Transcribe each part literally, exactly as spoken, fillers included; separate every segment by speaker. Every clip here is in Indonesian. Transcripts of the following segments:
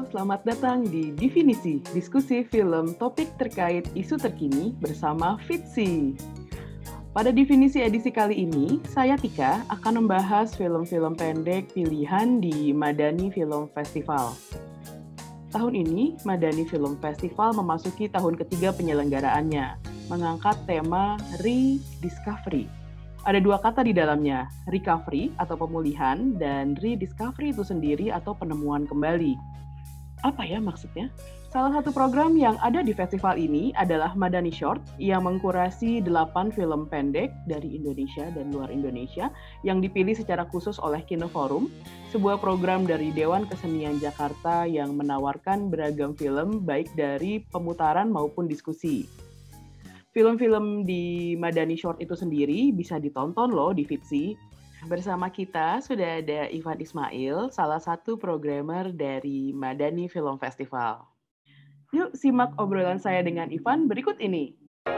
Speaker 1: selamat datang di Definisi, diskusi film topik terkait isu terkini bersama Fitsi. Pada Definisi edisi kali ini, saya Tika akan membahas film-film pendek pilihan di Madani Film Festival. Tahun ini, Madani Film Festival memasuki tahun ketiga penyelenggaraannya, mengangkat tema Rediscovery. Ada dua kata di dalamnya, recovery atau pemulihan dan rediscovery itu sendiri atau penemuan kembali. Apa ya maksudnya? Salah satu program yang ada di festival ini adalah Madani Short yang mengkurasi delapan film pendek dari Indonesia dan luar Indonesia yang dipilih secara khusus oleh Kino Forum, sebuah program dari Dewan Kesenian Jakarta yang menawarkan beragam film baik dari pemutaran maupun diskusi. Film-film di Madani Short itu sendiri bisa ditonton loh di Fitsi. Bersama kita sudah ada Ivan Ismail, salah satu programmer dari Madani Film Festival. Yuk simak obrolan saya dengan Ivan berikut ini.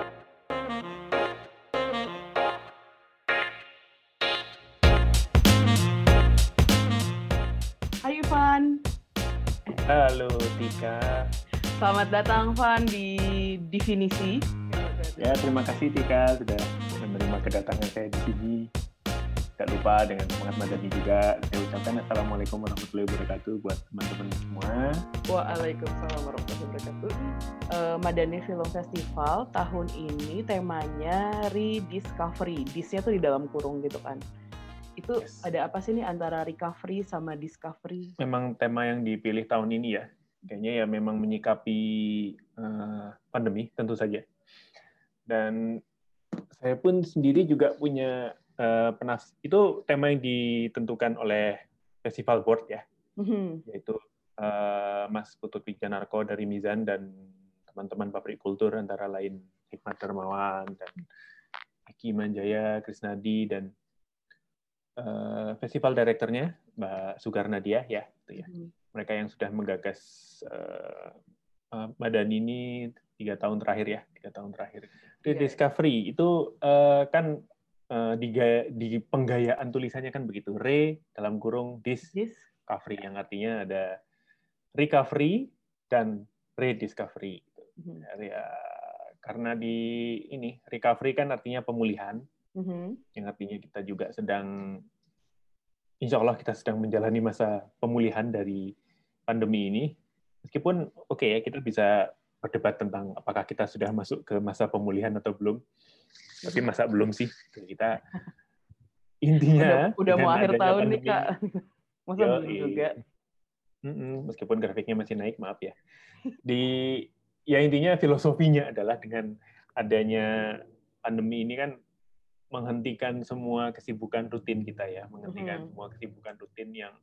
Speaker 1: Hai Ivan.
Speaker 2: Halo Tika.
Speaker 1: Selamat datang Van di Definisi.
Speaker 2: Ya, terima kasih Tika sudah menerima kedatangan saya di sini. Tak lupa dengan semangat Madani juga, saya ucapkan Assalamualaikum warahmatullahi wabarakatuh buat teman-teman semua.
Speaker 1: Waalaikumsalam warahmatullahi wabarakatuh. Uh, Madani Film Festival tahun ini temanya Rediscovery. Dis-nya tuh di dalam kurung gitu kan. Itu yes. Ada apa sih nih antara recovery sama discovery?
Speaker 2: Memang tema yang dipilih tahun ini ya. Kayaknya ya memang menyikapi uh, pandemi tentu saja. Dan saya pun sendiri juga punya uh, penas itu tema yang ditentukan oleh Festival Board ya, mm-hmm. yaitu uh, Mas Putut Wijanarko dari Mizan dan teman-teman Pabrik Kultur antara lain Hikmat Darmawan dan Eki Manjaya, Krisnadi dan uh, festival direkturnya Mbak Sugar Nadia ya, itu ya. Mm-hmm. Mereka yang sudah menggagas uh, uh, Madani ini tiga tahun terakhir ya, tiga tahun terakhir. Rediscovery yeah. itu uh, kan uh, di, di penggayaan tulisannya kan begitu, re dalam kurung discovery yang artinya ada recovery dan rediscovery. Mm-hmm. Ya, karena di ini recovery kan artinya pemulihan, mm-hmm. yang artinya kita juga sedang, insya Allah kita sedang menjalani masa pemulihan dari pandemi ini. Meskipun oke okay ya kita bisa berdebat tentang apakah kita sudah masuk ke masa pemulihan atau belum. Tapi masa belum sih. Kita intinya
Speaker 1: udah, udah mau akhir tahun pandemi, nih Kak. Masa
Speaker 2: yo,
Speaker 1: belum juga.
Speaker 2: Meskipun grafiknya masih naik, maaf ya. Di ya intinya filosofinya adalah dengan adanya pandemi ini kan menghentikan semua kesibukan rutin kita ya, menghentikan hmm. semua kesibukan rutin yang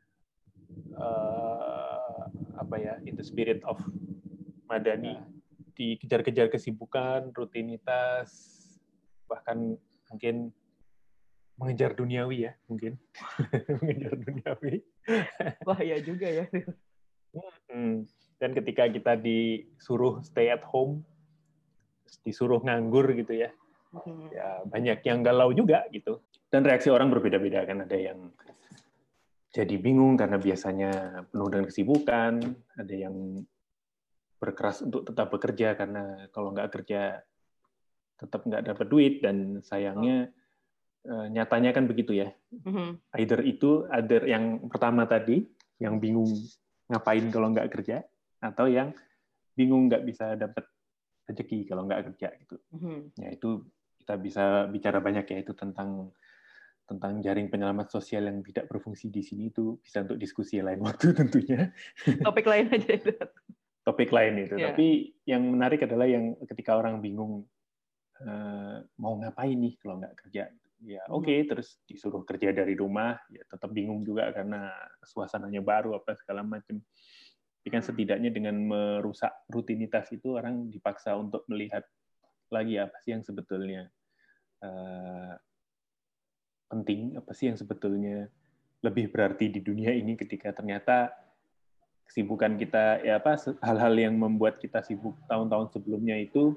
Speaker 2: uh, apa ya, itu spirit of Madani, dikejar-kejar kesibukan, rutinitas, bahkan mungkin mengejar duniawi ya, mungkin. mengejar duniawi.
Speaker 1: Bahaya juga ya.
Speaker 2: Dan ketika kita disuruh stay at home, disuruh nganggur gitu ya, ya banyak yang galau juga gitu. Dan reaksi orang berbeda-beda, kan ada yang jadi bingung karena biasanya penuh dengan kesibukan, ada yang berkeras untuk tetap bekerja karena kalau nggak kerja tetap nggak dapat duit, dan sayangnya oh. uh, nyatanya kan begitu ya. Mm-hmm. Either itu, either yang pertama tadi yang bingung ngapain kalau nggak kerja, atau yang bingung nggak bisa dapat rezeki kalau nggak kerja gitu. Mm-hmm. Ya itu kita bisa bicara banyak ya, itu tentang tentang jaring penyelamat sosial yang tidak berfungsi di sini, itu bisa untuk diskusi lain waktu tentunya.
Speaker 1: Topik lain aja itu.
Speaker 2: Topik lain itu. Yeah. Tapi yang menarik adalah yang ketika orang bingung uh, mau ngapain nih kalau nggak kerja. Ya oke, okay, mm-hmm. terus disuruh kerja dari rumah, ya tetap bingung juga karena suasananya baru apa segala macam. Tapi kan setidaknya dengan merusak rutinitas itu orang dipaksa untuk melihat lagi apa sih yang sebetulnya uh, penting, apa sih yang sebetulnya lebih berarti di dunia ini ketika ternyata kesibukan kita, ya apa, hal-hal yang membuat kita sibuk tahun-tahun sebelumnya itu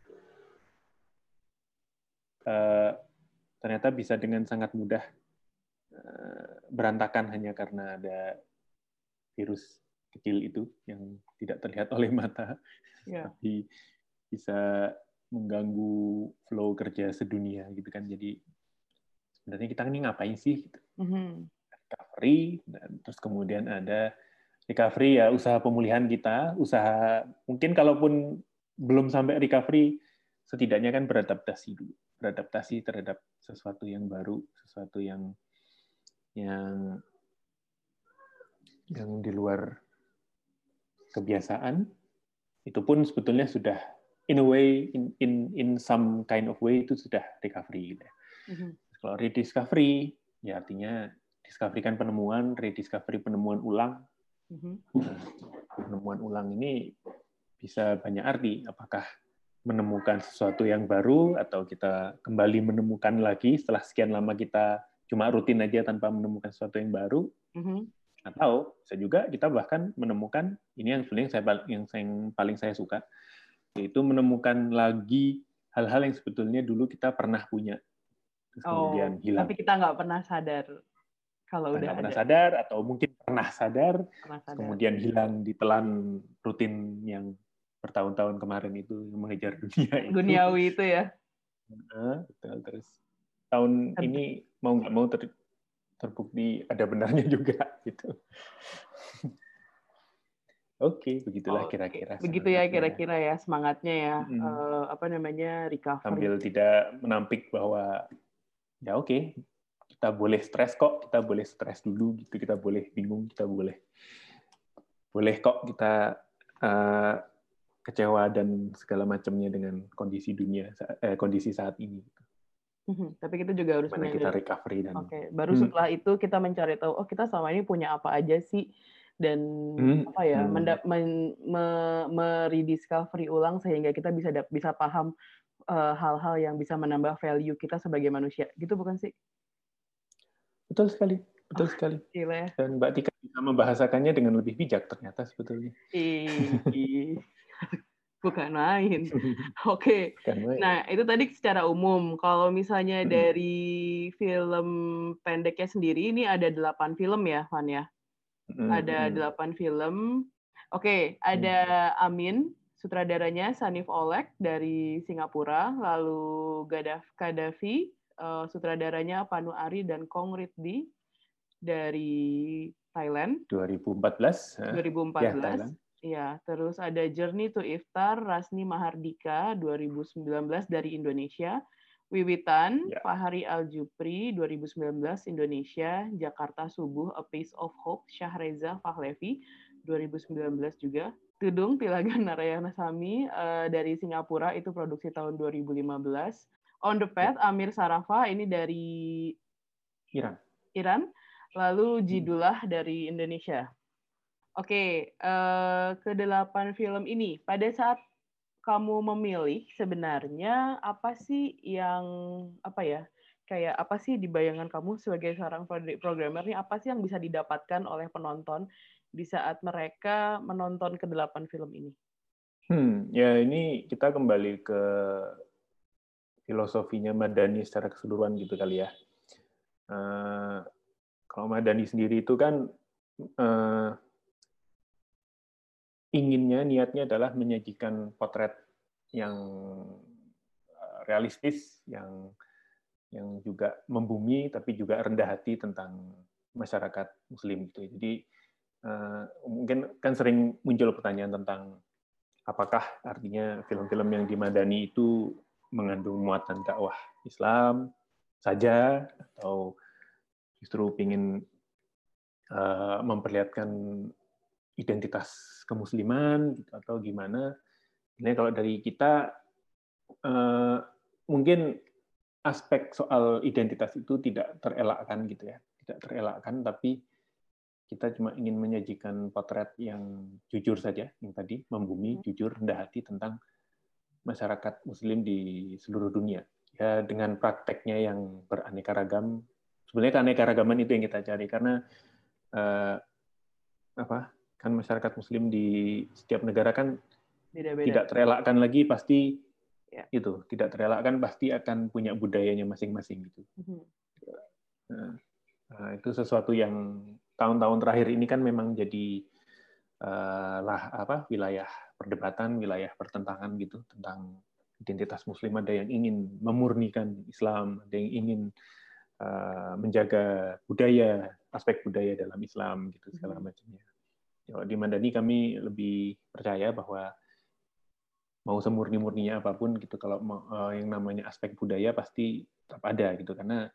Speaker 2: uh, ternyata bisa dengan sangat mudah uh, berantakan hanya karena ada virus kecil itu yang tidak terlihat oleh mata, yeah. tapi bisa mengganggu flow kerja sedunia gitu kan. Jadi sebenarnya kita ini ngapain sih? Gitu. Mm-hmm. Recovery, dan terus kemudian ada recovery ya usaha pemulihan kita, usaha mungkin kalaupun belum sampai recovery, setidaknya kan beradaptasi dulu, beradaptasi terhadap sesuatu yang baru, sesuatu yang yang yang di luar kebiasaan. Itu pun sebetulnya sudah in a way, in in in some kind of way itu sudah recovery. Gitu. Mm-hmm. Kalau rediscovery, ya artinya discovery kan penemuan, rediscovery penemuan ulang. Mm-hmm. Penemuan ulang ini bisa banyak arti. Apakah menemukan sesuatu yang baru, atau kita kembali menemukan lagi setelah sekian lama kita cuma rutin aja tanpa menemukan sesuatu yang baru. Mm-hmm. Atau bisa juga kita bahkan menemukan, ini yang sebenarnya saya, yang, saya, yang paling saya suka, yaitu menemukan lagi hal-hal yang sebetulnya dulu kita pernah punya, terus oh, kemudian hilang.
Speaker 1: Tapi kita nggak pernah sadar kalau
Speaker 2: kita
Speaker 1: udah
Speaker 2: nggak pernah
Speaker 1: ada.
Speaker 2: sadar, atau mungkin pernah sadar,
Speaker 1: pernah sadar,
Speaker 2: kemudian hilang ditelan rutin yang bertahun-tahun kemarin itu mengejar dunia itu.
Speaker 1: Duniawi itu ya.
Speaker 2: Nah, betul. Terus tahun ini mau nggak mau ter terbukti ada benarnya juga gitu. Oke, begitulah kira-kira.
Speaker 1: Okay. Begitu ya kira-kira ya semangatnya ya, mm-hmm. uh, apa namanya recovery.
Speaker 2: Sambil tidak menampik bahwa ya oke, okay, kita boleh stres kok, kita boleh stres dulu gitu, kita boleh bingung, kita boleh boleh kok kita uh, kecewa dan segala macamnya dengan kondisi dunia, eh, kondisi saat ini.
Speaker 1: Mm-hmm. Tapi kita juga harus
Speaker 2: mana kita recovery dan.
Speaker 1: Oke, okay. Baru hmm. setelah itu kita mencari tahu, oh kita selama ini punya apa aja sih, dan hmm. apa ya, hmm. mendap- men- me- merediscovery ulang sehingga kita bisa bisa paham uh, hal-hal yang bisa menambah value kita sebagai manusia, gitu bukan sih?
Speaker 2: Betul sekali, betul oh, sekali.
Speaker 1: Gila ya.
Speaker 2: Dan Mbak Tika bisa membahasakannya dengan lebih bijak ternyata sebetulnya.
Speaker 1: Ih. Bukan main. Oke. Okay. Nah, itu tadi secara umum. Kalau misalnya dari film pendeknya sendiri, ini ada delapan film ya, Van ya? Mm-hmm. Ada delapan film. Oke, okay, ada Amin, sutradaranya Sanif Olek dari Singapura. Lalu Gadaf Kadafi, uh, sutradaranya Panu Ari dan Kong Ritdi dari Thailand.
Speaker 2: dua ribu empat belas.
Speaker 1: dua ribu empat belas. Ya, Iya, terus ada Journey to Iftar, Rasni Mahardika dua ribu sembilan belas dari Indonesia, Wiwitan, ya. Fahri Al-Jupri dua ribu sembilan belas Indonesia, Jakarta Subuh, A Piece of Hope, Syahreza Fahlevi dua ribu sembilan belas juga, Tudung Pilagan Narayana Sami uh, dari Singapura, itu produksi tahun dua ribu lima belas, On the Path, ya. Amir Sarafa, ini dari
Speaker 2: Iran,
Speaker 1: Iran, lalu Jidullah hmm. dari Indonesia. Oke, okay, uh, kedelapan film ini, pada saat kamu memilih sebenarnya apa sih yang, apa ya, kayak apa sih di bayangan kamu sebagai seorang programmer nih, apa sih yang bisa didapatkan oleh penonton di saat mereka menonton kedelapan film ini?
Speaker 2: Hmm, ya ini kita kembali ke filosofinya Madani secara keseluruhan gitu kali ya. Uh, kalau Madani sendiri itu kan uh, inginnya, niatnya adalah menyajikan potret yang realistis, yang yang juga membumi, tapi juga rendah hati tentang masyarakat Muslim gitu. Jadi uh, mungkin kan sering muncul pertanyaan tentang apakah artinya film-film yang di Madani itu mengandung muatan dakwah Islam saja, atau justru ingin uh, memperlihatkan identitas kemusliman gitu, atau gimana. Ini kalau dari kita eh, mungkin aspek soal identitas itu tidak terelakkan gitu ya, tidak terelakkan, tapi kita cuma ingin menyajikan potret yang jujur saja, yang tadi membumi, jujur, rendah hati tentang masyarakat Muslim di seluruh dunia. Ya dengan prakteknya yang beraneka ragam. Sebenarnya keanekaragaman itu yang kita cari, karena eh, apa? Kan masyarakat Muslim di setiap negara kan beda-beda. Tidak terelakkan lagi pasti ya. Itu tidak terelakkan pasti akan punya budayanya masing-masing gitu. Mm-hmm. Nah, itu sesuatu yang tahun-tahun terakhir ini kan memang jadi uh, lah apa wilayah perdebatan, wilayah pertentangan gitu tentang identitas Muslim. Ada yang ingin memurnikan Islam, ada yang ingin uh, menjaga budaya, aspek budaya dalam Islam gitu segala macamnya. Di Madani kami lebih percaya bahwa mau semurni-murninya apapun gitu, kalau uh, yang namanya aspek budaya pasti tetap ada gitu, karena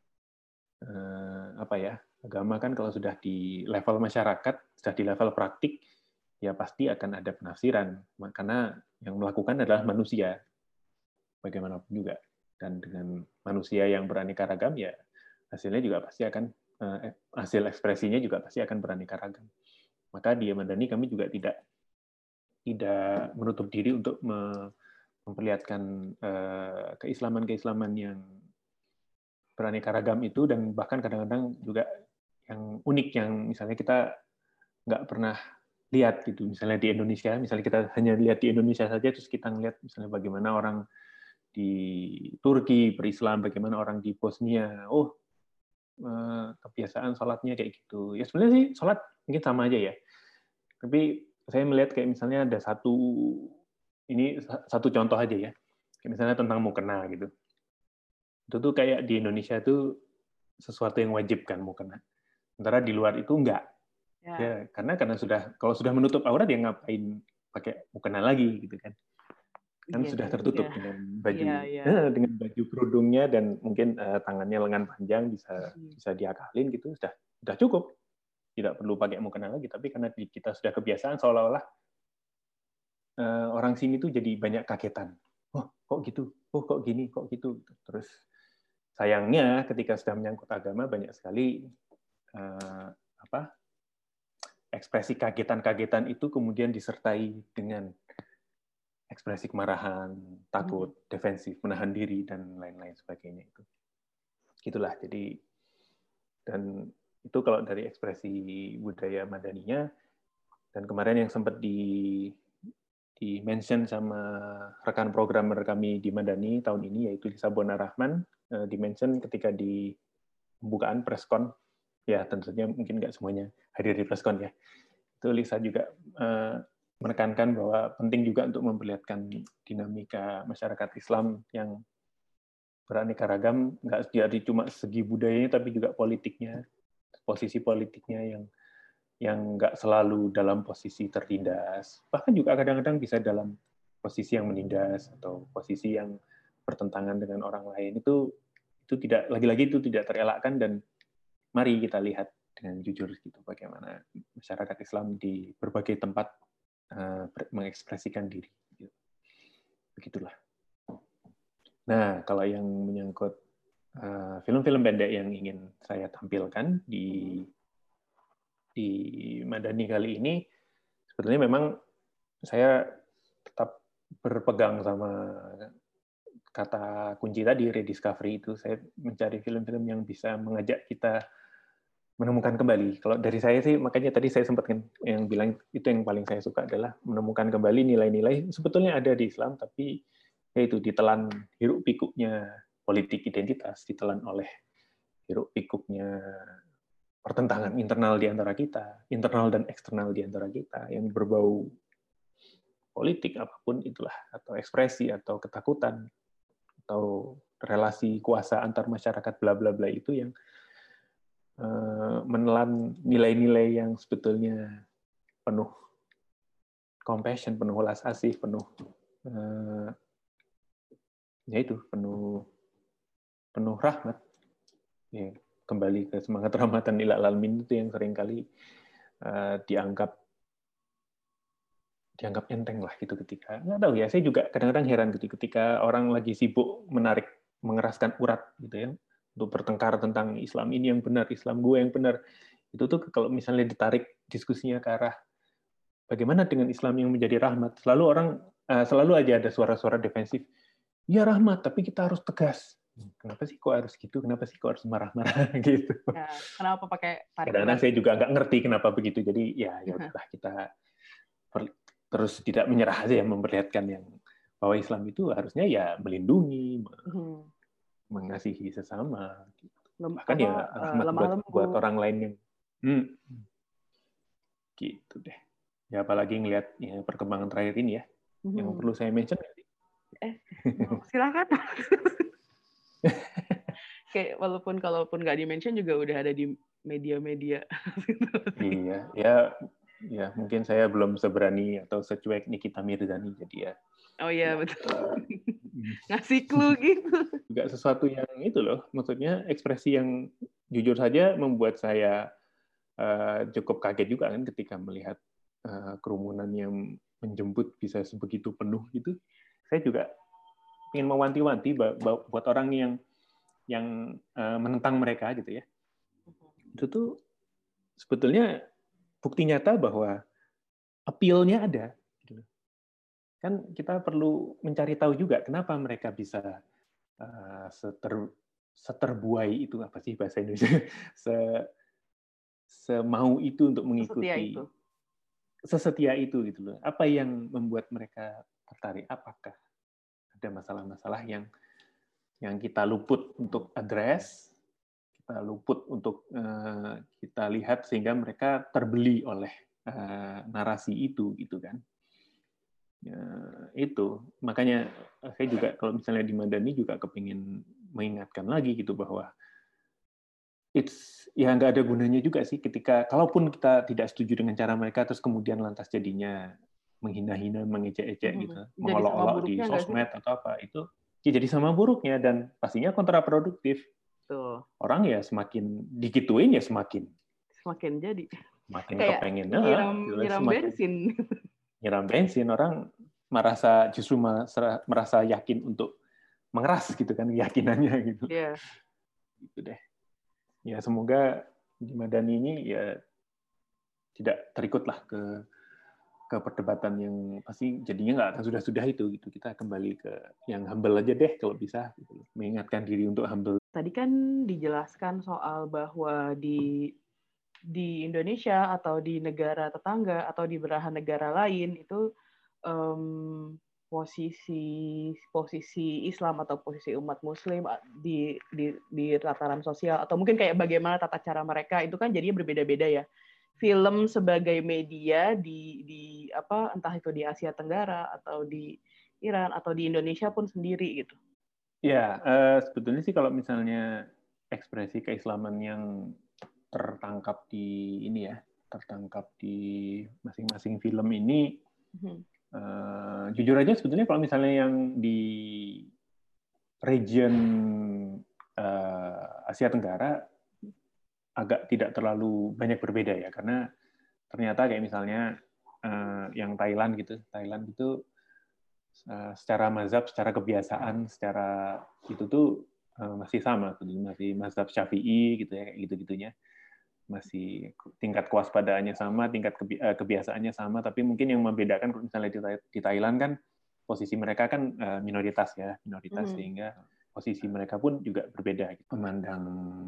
Speaker 2: uh, apa ya, agama kan kalau sudah di level masyarakat, sudah di level praktik, ya pasti akan ada penafsiran, karena yang melakukan adalah manusia bagaimanapun juga, dan dengan manusia yang beraneka ragam ya hasilnya juga pasti akan uh, hasil ekspresinya juga pasti akan beraneka ragam. Maka di Madani kami juga tidak tidak menutup diri untuk memperlihatkan uh, keislaman-keislaman yang beraneka ragam itu, dan bahkan kadang-kadang juga yang unik yang misalnya kita nggak pernah lihat gitu, misalnya di Indonesia, misalnya kita hanya lihat di Indonesia saja, terus kita ngelihat misalnya bagaimana orang di Turki berislam, bagaimana orang di Bosnia, oh kebiasaan sholatnya kayak gitu. Ya sebenarnya sih sholat mungkin sama aja ya, tapi saya melihat kayak misalnya ada satu, ini satu contoh aja ya, kayak misalnya tentang mukena gitu. Itu tuh kayak di Indonesia tuh sesuatu yang wajib kan mukena. Sementara di luar itu enggak. Ya. Ya, karena karena sudah kalau sudah menutup aurat ya ngapain pakai mukena lagi gitu kan. Kan yeah, sudah tertutup yeah. dengan baju yeah, yeah. dengan baju kerudungnya, dan mungkin uh, tangannya lengan panjang bisa hmm. bisa diakalin gitu, sudah sudah cukup. Tidak perlu pakai mukena lagi, tapi karena kita sudah kebiasaan seolah-olah uh, orang sini tuh jadi banyak kagetan. Oh, kok gitu? Oh, kok gini? Kok gitu? Terus sayangnya ketika sudah menyangkut agama banyak sekali uh, apa? ekspresi kagetan-kagetan itu kemudian disertai dengan ekspresi kemarahan, takut, defensif, menahan diri, dan lain-lain sebagainya itu. Gitulah. Jadi, dan itu kalau dari ekspresi budaya Madaninya, dan kemarin yang sempat di di mention sama rekan programmer kami di Madani tahun ini, yaitu Lisa Bonarahman, di mention ketika di pembukaan preskon, ya tentu saja mungkin nggak semuanya hadir di preskon ya, itu Lisa juga uh, menekankan bahwa penting juga untuk memperlihatkan dinamika masyarakat Islam yang beraneka ragam, nggak jadi cuma segi budayanya, tapi juga politiknya, posisi politiknya yang yang nggak selalu dalam posisi tertindas, bahkan juga kadang-kadang bisa dalam posisi yang menindas atau posisi yang bertentangan dengan orang lain. Itu itu tidak, lagi-lagi itu tidak terelakkan, dan mari kita lihat dengan jujur gitu bagaimana masyarakat Islam di berbagai tempat uh, mengekspresikan diri. Begitulah. Nah, kalau yang menyangkut uh, film-film pendek yang ingin saya tampilkan di di Madani kali ini, sebetulnya memang saya tetap berpegang sama kata kunci tadi, rediscovery itu. Saya mencari film-film yang bisa mengajak kita menemukan kembali. Kalau dari saya sih, makanya tadi saya sempat yang bilang itu yang paling saya suka adalah menemukan kembali nilai-nilai sebetulnya ada di Islam, tapi yaitu ditelan hiruk pikuknya politik identitas, ditelan oleh hiruk pikuknya pertentangan internal di antara kita, internal dan eksternal di antara kita, yang berbau politik apapun itulah, atau ekspresi, atau ketakutan, atau relasi kuasa antar masyarakat bla bla bla, itu yang menelan nilai-nilai yang sebetulnya penuh compassion, penuh welas asih, penuh uh, ya itu penuh penuh rahmat. Ya, kembali ke semangat rahmatan lil alamin itu yang seringkali uh, dianggap dianggap enteng lah gitu, ketika nggak tahu ya, saya juga kadang-kadang heran gitu ketika orang lagi sibuk menarik mengeraskan urat gitu ya, untuk bertengkar tentang Islam ini yang benar, Islam gue yang benar. Itu tuh kalau misalnya ditarik diskusinya ke arah bagaimana dengan Islam yang menjadi rahmat, selalu orang uh, selalu aja ada suara-suara defensif. Ya rahmat, tapi kita harus tegas. Kenapa sih kok harus gitu? Kenapa sih kok harus marah-marah gitu?
Speaker 1: Ya, kenapa pakai tarik?
Speaker 2: Kadang-kadang saya juga nggak ngerti kenapa begitu. Jadi ya ya udahlah, kita per, terus tidak menyerah aja ya, memperlihatkan yang bahwa Islam itu harusnya ya melindungi, hmm. mengasihi sesama. Gitu. Bahkan apa, ya rahmat uh, buat, buat orang lain yang hmm, gitu deh. Ya apalagi ngelihat ya, perkembangan terakhir ini ya, mm-hmm. yang perlu saya mention.
Speaker 1: Eh, silakan. Kayak walaupun kalaupun nggak di-mention juga udah ada di media-media.
Speaker 2: Iya, ya, ya mungkin saya belum seberani atau secuek Nikita Mirzani, jadi ya.
Speaker 1: Oh iya ya, betul. Ngasih clue gitu.
Speaker 2: Juga sesuatu yang itu loh, maksudnya ekspresi yang jujur saja membuat saya uh, cukup kaget juga kan ketika melihat uh, kerumunan yang menjemput bisa sebegitu penuh gitu. Saya juga ingin mewanti-wanti buat orang yang yang uh, menentang mereka gitu ya. Itu tuh sebetulnya bukti nyata bahwa appeal-nya ada. Gitu. Kan kita perlu mencari tahu juga kenapa mereka bisa uh, seter, seterbuai itu apa sih bahasa Indonesia? Se, semau itu untuk mengikuti.
Speaker 1: Sesetia itu.
Speaker 2: Sesetia itu gitu loh. Apa yang membuat mereka tertarik? Apakah ada masalah-masalah yang yang kita luput untuk address, kita luput untuk uh, kita lihat sehingga mereka terbeli oleh uh, narasi itu gitu kan. Ya, itu makanya saya juga kalau misalnya di Madani juga kepingin mengingatkan lagi gitu bahwa it's ya nggak ada gunanya juga sih ketika kalaupun kita tidak setuju dengan cara mereka terus kemudian lantas jadinya menghina-hina, mengejek-ejek mm-hmm. gitu, mengolok-olok di sosmed atau apa itu ya jadi sama buruknya dan pastinya kontraproduktif. Tuh. Orang ya semakin digituin ya semakin
Speaker 1: semakin jadi
Speaker 2: semakin kayak kepengen
Speaker 1: nyiram, nah, nyiram semakin, bensin.
Speaker 2: Nyiram bensin orang merasa justru merasa, merasa yakin untuk mengeras gitu kan keyakinannya gitu.
Speaker 1: Iya. Yeah.
Speaker 2: Gitu deh. Ya semoga di Madani ini ya tidak terikutlah ke ke perdebatan yang pasti jadinya nggak akan sudah-sudah itu gitu. Kita kembali ke yang humble aja deh kalau bisa gitu. Mengingatkan diri untuk humble.
Speaker 1: Tadi kan dijelaskan soal bahwa di di Indonesia atau di negara tetangga atau di belahan negara lain itu um, posisi posisi Islam atau posisi umat Muslim di di di tataran sosial atau mungkin kayak bagaimana tata cara mereka itu kan jadinya berbeda-beda ya. Film sebagai media di di apa entah itu di Asia Tenggara atau di Iran atau di Indonesia pun sendiri gitu.
Speaker 2: Ya, uh, sebetulnya sih kalau misalnya ekspresi keislaman yang tertangkap di ini ya, tertangkap di masing-masing film ini, hmm. uh, jujur aja sebetulnya kalau misalnya yang di region uh, Asia Tenggara agak tidak terlalu banyak berbeda ya, karena ternyata kayak misalnya uh, yang Thailand gitu, Thailand itu uh, secara mazhab, secara kebiasaan, secara itu tuh uh, masih sama, masih mazhab Syafi'i gitu ya, kayak gitu-gitunya. Masih tingkat kewaspadaannya sama, tingkat kebiasaannya sama, tapi mungkin yang membedakan kalau misalnya di Thailand kan posisi mereka kan minoritas ya, minoritas mm. sehingga posisi mereka pun juga berbeda gitu, memandang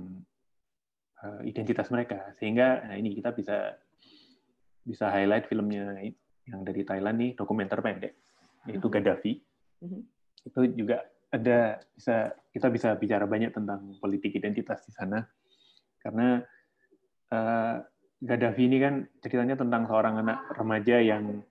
Speaker 2: identitas mereka. Sehingga nah ini kita bisa bisa highlight filmnya yang dari Thailand nih, dokumenter pendek, yaitu mm-hmm. Gaddafi. Mm-hmm. Itu juga ada bisa kita bisa bicara banyak tentang politik identitas di sana karena Uh, Gaddafi ini kan ceritanya tentang seorang anak remaja yang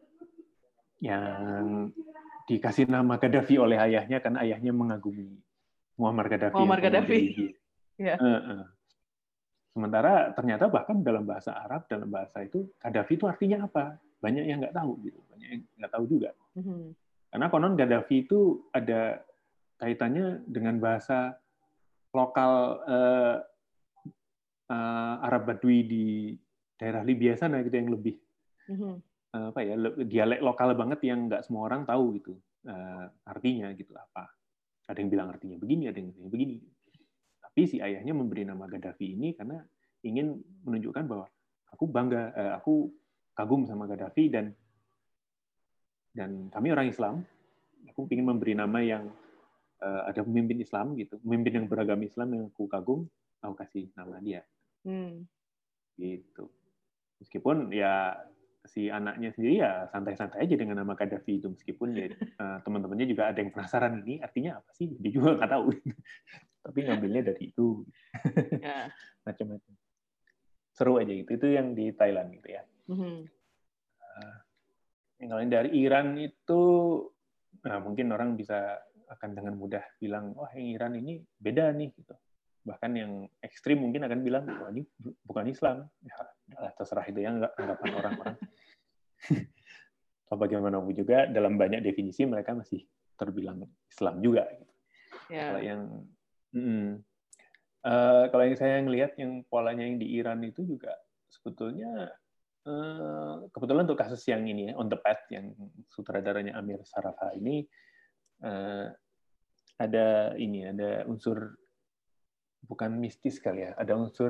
Speaker 2: yang dikasih nama Gaddafi oleh ayahnya karena ayahnya mengagumi Muammar Gaddafi.
Speaker 1: Muammar Gaddafi.
Speaker 2: Yeah. Uh, uh. Sementara ternyata bahkan dalam bahasa Arab, dalam bahasa itu Gaddafi itu artinya apa? Banyak yang nggak tahu gitu, banyak yang nggak tahu juga. Mm-hmm. Karena konon Gaddafi itu ada kaitannya dengan bahasa lokal. Uh, Uh, Arab Badui di daerah Libya sana gitu yang lebih mm-hmm. uh, apa ya dialek lokal banget yang nggak semua orang tahu gitu uh, artinya gitu apa, ada yang bilang artinya begini, ada yang bilang begini, tapi si ayahnya memberi nama Gaddafi ini karena ingin menunjukkan bahwa aku bangga, uh, aku kagum sama Gaddafi dan dan kami orang Islam, aku ingin memberi nama yang uh, ada pemimpin Islam gitu, pemimpin yang beragama Islam yang aku kagum, aku kasih nama dia. Hmm. Gitu. Meskipun ya si anaknya sendiri ya santai-santai aja dengan nama Gaddafi itu, meskipun ya uh, teman-temannya juga ada yang penasaran ini artinya apa sih, dia juga nggak tahu. Tapi ngambilnya dari itu. Yeah. Macam-macam. Seru aja gitu. Itu yang di Thailand gitu ya. Mm-hmm. Kalau yang dari Iran itu, nah mungkin orang bisa akan dengan mudah bilang, wah yang Iran ini beda nih, gitu. Bahkan yang ekstrim mungkin akan bilang, wah ini bukan Islam. Ya, terserah itu ya, anggapan orang-orang. Bagaimanapun juga, dalam banyak definisi mereka masih terbilang Islam juga. Gitu. Yeah. Kalau yang, mm, uh, kalau yang saya ngelihat, yang polanya yang di Iran itu juga sebetulnya, uh, kebetulan untuk kasus yang ini ya, On the Path, yang sutradaranya Amir Sarafa ini, uh, ada ini, ada unsur bukan mistis kali ya, ada unsur,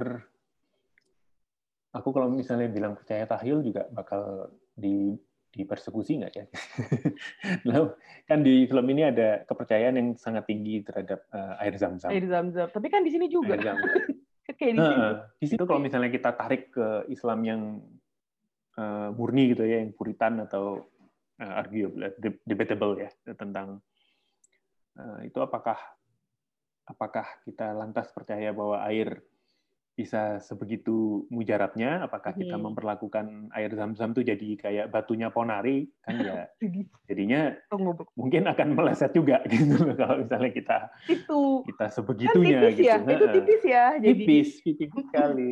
Speaker 2: aku kalau misalnya bilang percaya tahyul juga bakal di dipersekusi nggak ya? Nah, kan di film ini ada kepercayaan yang sangat tinggi terhadap uh, air zam-zam.
Speaker 1: Air zam-zam, tapi kan di sini juga.
Speaker 2: Kayak di sini. Nah, di situ kalau misalnya kita tarik ke Islam yang uh, murni gitu ya, yang puritan atau uh, arguable, debatable ya, tentang uh, itu apakah apakah kita lantas percaya bahwa air bisa sebegitu mujarabnya? Apakah kita memperlakukan air zam-zam itu jadi kayak batunya Ponari? Kan ya jadinya mungkin akan meleset juga gitu kalau misalnya kita
Speaker 1: itu
Speaker 2: kita sebegitunya
Speaker 1: kan tipis
Speaker 2: gitu.
Speaker 1: Ya? Itu tipis ya. Jadi
Speaker 2: tipis, tipis sekali.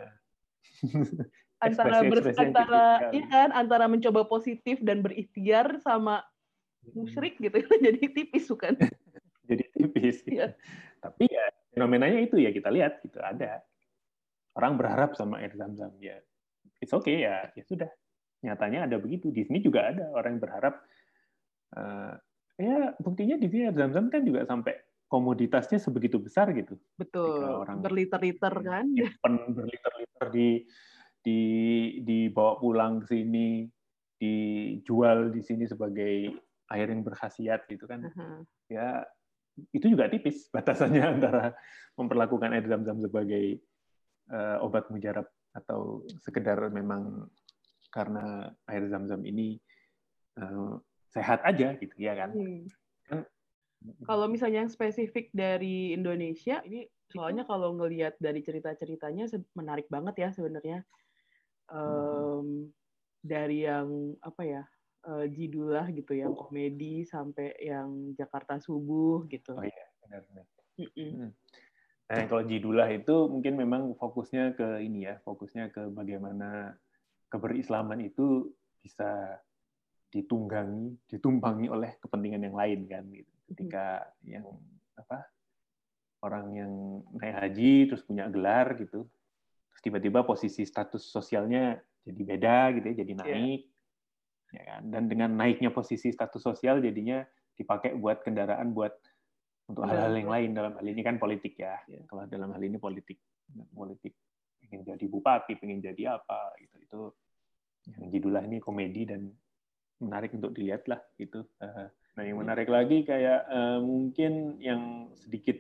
Speaker 1: antara ber, antara ya kan antara mencoba positif dan berikhtiar sama musyrik gitu. Jadi tipis kan.
Speaker 2: Jadi tipis. Gitu. Ya. Tapi ya fenomenanya itu ya kita lihat gitu ada. Orang berharap sama air zam-zam ya, it's okay ya, ya sudah. Nyatanya ada begitu. Di sini juga ada orang yang berharap. Uh, ya buktinya di sini air zam-zam kan juga sampai komoditasnya sebegitu besar gitu.
Speaker 1: Betul. Orang berliter-liter kan.
Speaker 2: Simpen berliter-liter di di dibawa pulang ke sini, dijual di sini sebagai air yang berkhasiat gitu kan. Uh-huh. Ya itu juga tipis batasannya antara memperlakukan air zam-zam sebagai Uh, obat mujarab atau sekedar memang karena air zam-zam ini uh, sehat aja gitu ya kan. Hmm. kan
Speaker 1: kalau misalnya yang spesifik dari Indonesia ini soalnya kalau ngelihat dari cerita-ceritanya menarik banget ya sebenarnya. Um, hmm. Dari yang apa ya uh, Jidulah gitu, yang komedi sampai yang Jakarta Subuh gitu.
Speaker 2: Oh iya benar-benar. Hmm. Nah, kalau Jidulah itu mungkin memang fokusnya ke ini ya, fokusnya ke bagaimana keberislaman itu bisa ditunggangi, ditumpangi oleh kepentingan yang lain kan. Gitu. Ketika yang apa orang yang naik haji terus punya gelar gitu, terus tiba-tiba posisi status sosialnya jadi beda gitu ya, jadi naik, yeah. ya kan. Dan dengan naiknya posisi status sosial jadinya dipakai buat kendaraan buat untuk hal-hal yang lain, dalam hal ini kan politik ya. ya. Kalau dalam hal ini politik, politik ingin jadi bupati, ingin jadi apa, gitu. Itu yang Jidulah ini komedi dan menarik untuk dilihat lah, gitu. Nah, yang menarik lagi kayak uh, mungkin yang sedikit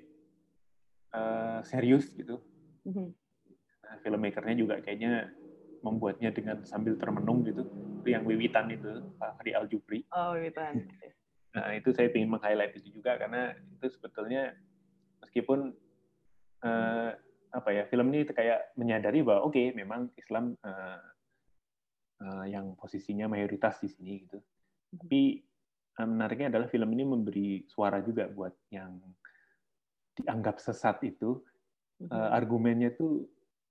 Speaker 2: uh, serius gitu. Nah, filmmakernya juga kayaknya membuatnya dengan sambil termenung gitu. Itu yang Wiwitan itu, Fahri Aljufri.
Speaker 1: Oh, Wiwitan.
Speaker 2: Nah, itu saya ingin meng-highlight itu juga karena itu sebetulnya meskipun uh, apa ya, film ini kayak menyadari bahwa oke, okay, memang Islam uh, uh, yang posisinya mayoritas di sini gitu. Tapi uh, menariknya adalah film ini memberi suara juga buat yang dianggap sesat itu. Uh, argumennya tuh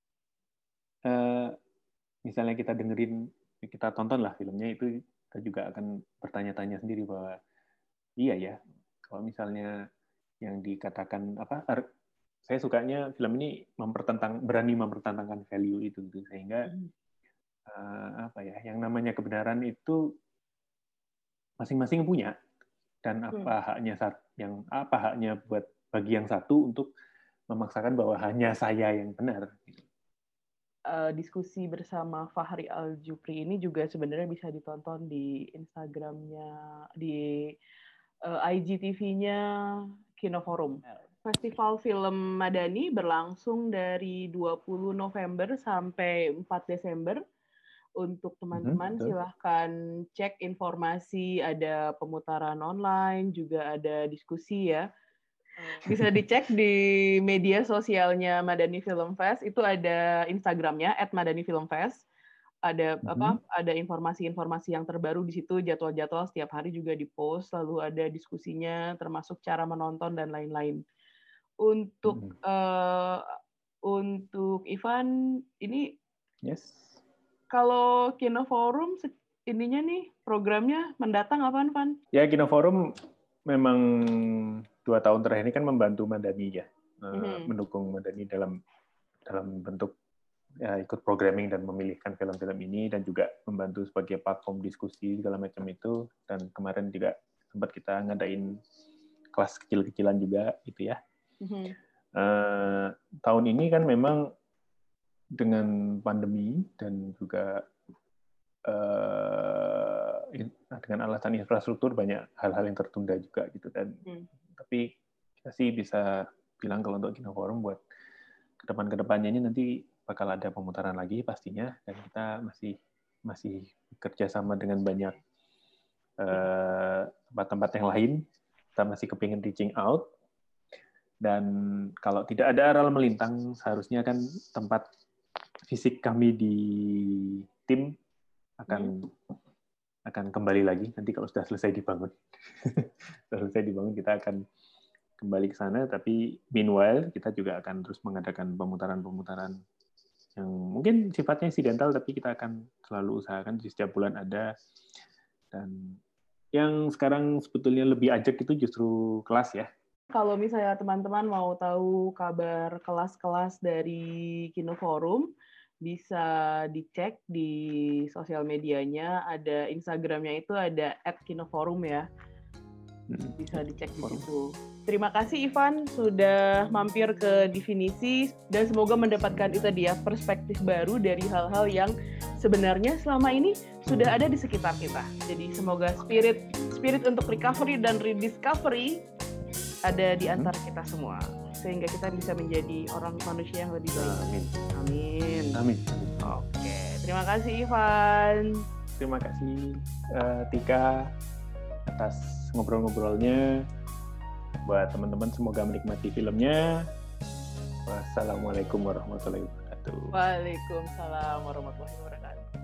Speaker 2: uh, misalnya kita dengerin, kita tonton lah filmnya itu, kita juga akan bertanya-tanya sendiri bahwa iya ya, kalau misalnya yang dikatakan apa, saya sukanya film ini mempertentang, berani mempertentangkan value itu, gitu. Sehingga uh, apa ya, yang namanya kebenaran itu masing-masing punya, dan apa hmm. haknya yang apa haknya buat bagi yang satu untuk memaksakan bahwa hanya saya yang benar.
Speaker 1: Uh, diskusi bersama Fahri Aljufri ini juga sebenarnya bisa ditonton di Instagramnya, di uh, I G T V-nya Kinoforum. Festival Film Madani berlangsung dari dua puluh November sampai empat Desember. Untuk teman-teman hmm, silahkan cek informasi, ada pemutaran online, juga ada diskusi ya. Bisa dicek di media sosialnya Madani Film Fest, itu ada Instagramnya at Madani Film Fest. ada
Speaker 2: Mhm.
Speaker 1: apa, ada informasi-informasi yang terbaru di situ, jadwal-jadwal setiap hari juga di-post, lalu ada diskusinya, termasuk cara menonton dan lain-lain. Untuk,
Speaker 2: Mhm.
Speaker 1: eee, untuk Ivan, ini
Speaker 2: Yes.
Speaker 1: kalau Kino Forum se ininya nih, programnya mendatang apaan, Van?
Speaker 2: Ya, Kino Forum memang dua tahun terakhir ini kan membantu Madani ya, eh,
Speaker 1: Mhm.
Speaker 2: mendukung Madani dalam dalam bentuk ya, ikut programming dan memilihkan film-film ini, dan juga membantu sebagai platform diskusi segala macam itu. Dan kemarin juga sempat kita ngadain kelas kecil-kecilan juga gitu ya.
Speaker 1: Mhm.
Speaker 2: Eh, tahun ini kan memang dengan pandemi dan juga eh, dengan alasan infrastruktur banyak hal-hal yang tertunda juga gitu, dan
Speaker 1: Hmm.
Speaker 2: tapi kita sih bisa bilang kalau untuk Kino Forum buat ke depan ke depannya ini nanti bakal ada pemutaran lagi pastinya, dan kita masih masih bekerja sama dengan banyak eh, tempat-tempat yang lain. Kita masih kepingin reaching out, dan kalau tidak ada aral melintang, seharusnya kan tempat fisik kami di tim akan hmm. akan kembali lagi nanti kalau sudah selesai dibangun. Sudah selesai dibangun, kita akan kembali ke sana. Tapi meanwhile kita juga akan terus mengadakan pemutaran-pemutaran yang mungkin sifatnya insidental, tapi kita akan selalu usahakan di setiap bulan ada. Dan yang sekarang sebetulnya lebih ajak itu justru kelas ya.
Speaker 1: Kalau misalnya teman-teman mau tahu kabar kelas-kelas dari Kino Forum, bisa dicek di sosial medianya, ada Instagramnya itu ada at kinoforum ya. Bisa dicek di situ. Terima kasih Ivan sudah mampir ke Definisi, dan semoga mendapatkan itu dia perspektif baru dari hal-hal yang sebenarnya selama ini sudah ada di sekitar kita. Jadi semoga spirit spirit untuk recovery dan rediscovery ada di antara kita semua, sehingga kita bisa menjadi orang manusia yang lebih baik.
Speaker 2: Amin.
Speaker 1: Amin.
Speaker 2: Amin.
Speaker 1: Oke, terima kasih Ivan.
Speaker 2: Terima kasih uh, Tika atas ngobrol-ngobrolnya. Buat teman-teman semoga menikmati filmnya. Wassalamualaikum warahmatullahi wabarakatuh.
Speaker 1: Waalaikumsalam warahmatullahi wabarakatuh.